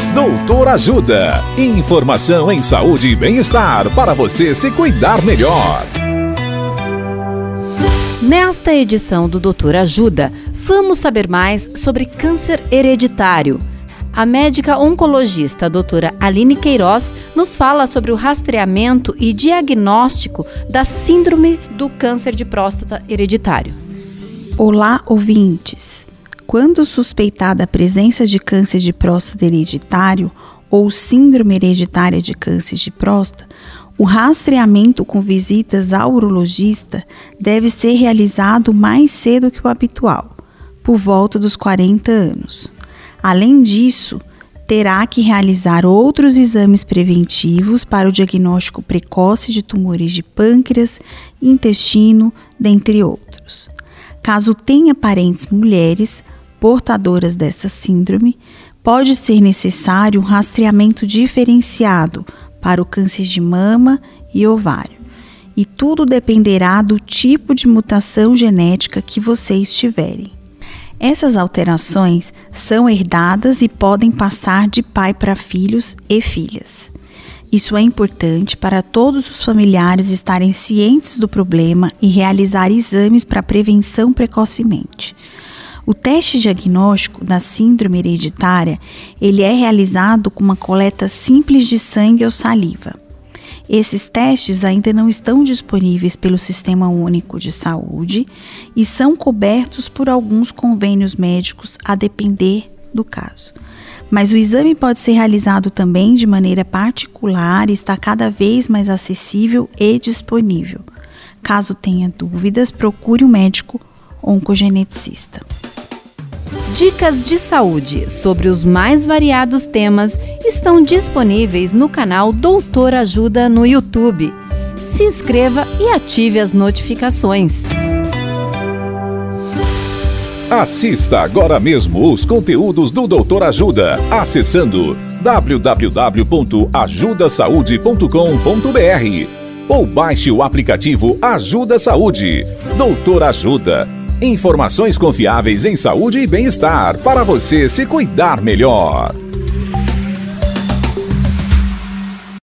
Doutor Ajuda. Informação em saúde e bem-estar para você se cuidar melhor. Nesta edição do Doutor Ajuda, vamos saber mais sobre câncer hereditário. A médica oncologista a doutora Aline Queiroz nos fala sobre o rastreamento e diagnóstico da síndrome do câncer de próstata hereditário. Olá, ouvintes! Quando suspeitada a presença de câncer de próstata hereditário ou síndrome hereditária de câncer de próstata, o rastreamento com visitas ao urologista deve ser realizado mais cedo que o habitual, por volta dos 40 anos. Além disso, terá que realizar outros exames preventivos para o diagnóstico precoce de tumores de pâncreas, intestino, dentre outros. Caso tenha parentes mulheres portadoras dessa síndrome, pode ser necessário um rastreamento diferenciado para o câncer de mama e ovário. E tudo dependerá do tipo de mutação genética que vocês tiverem. Essas alterações são herdadas e podem passar de pai para filhos e filhas. Isso é importante para todos os familiares estarem cientes do problema e realizar exames para prevenção precocemente. O teste diagnóstico da síndrome hereditária, ele é realizado com uma coleta simples de sangue ou saliva. Esses testes ainda não estão disponíveis pelo Sistema Único de Saúde e são cobertos por alguns convênios médicos a depender do caso. Mas o exame pode ser realizado também de maneira particular e está cada vez mais acessível e disponível. Caso tenha dúvidas, procure um médico oncogeneticista. Dicas de saúde sobre os mais variados temas estão disponíveis no canal Doutor Ajuda no YouTube. Se inscreva e ative as notificações. Assista agora mesmo os conteúdos do Doutor Ajuda, acessando www.ajudasaude.com.br ou baixe o aplicativo Ajuda Saúde. Doutor Ajuda. Informações confiáveis em saúde e bem-estar para você se cuidar melhor.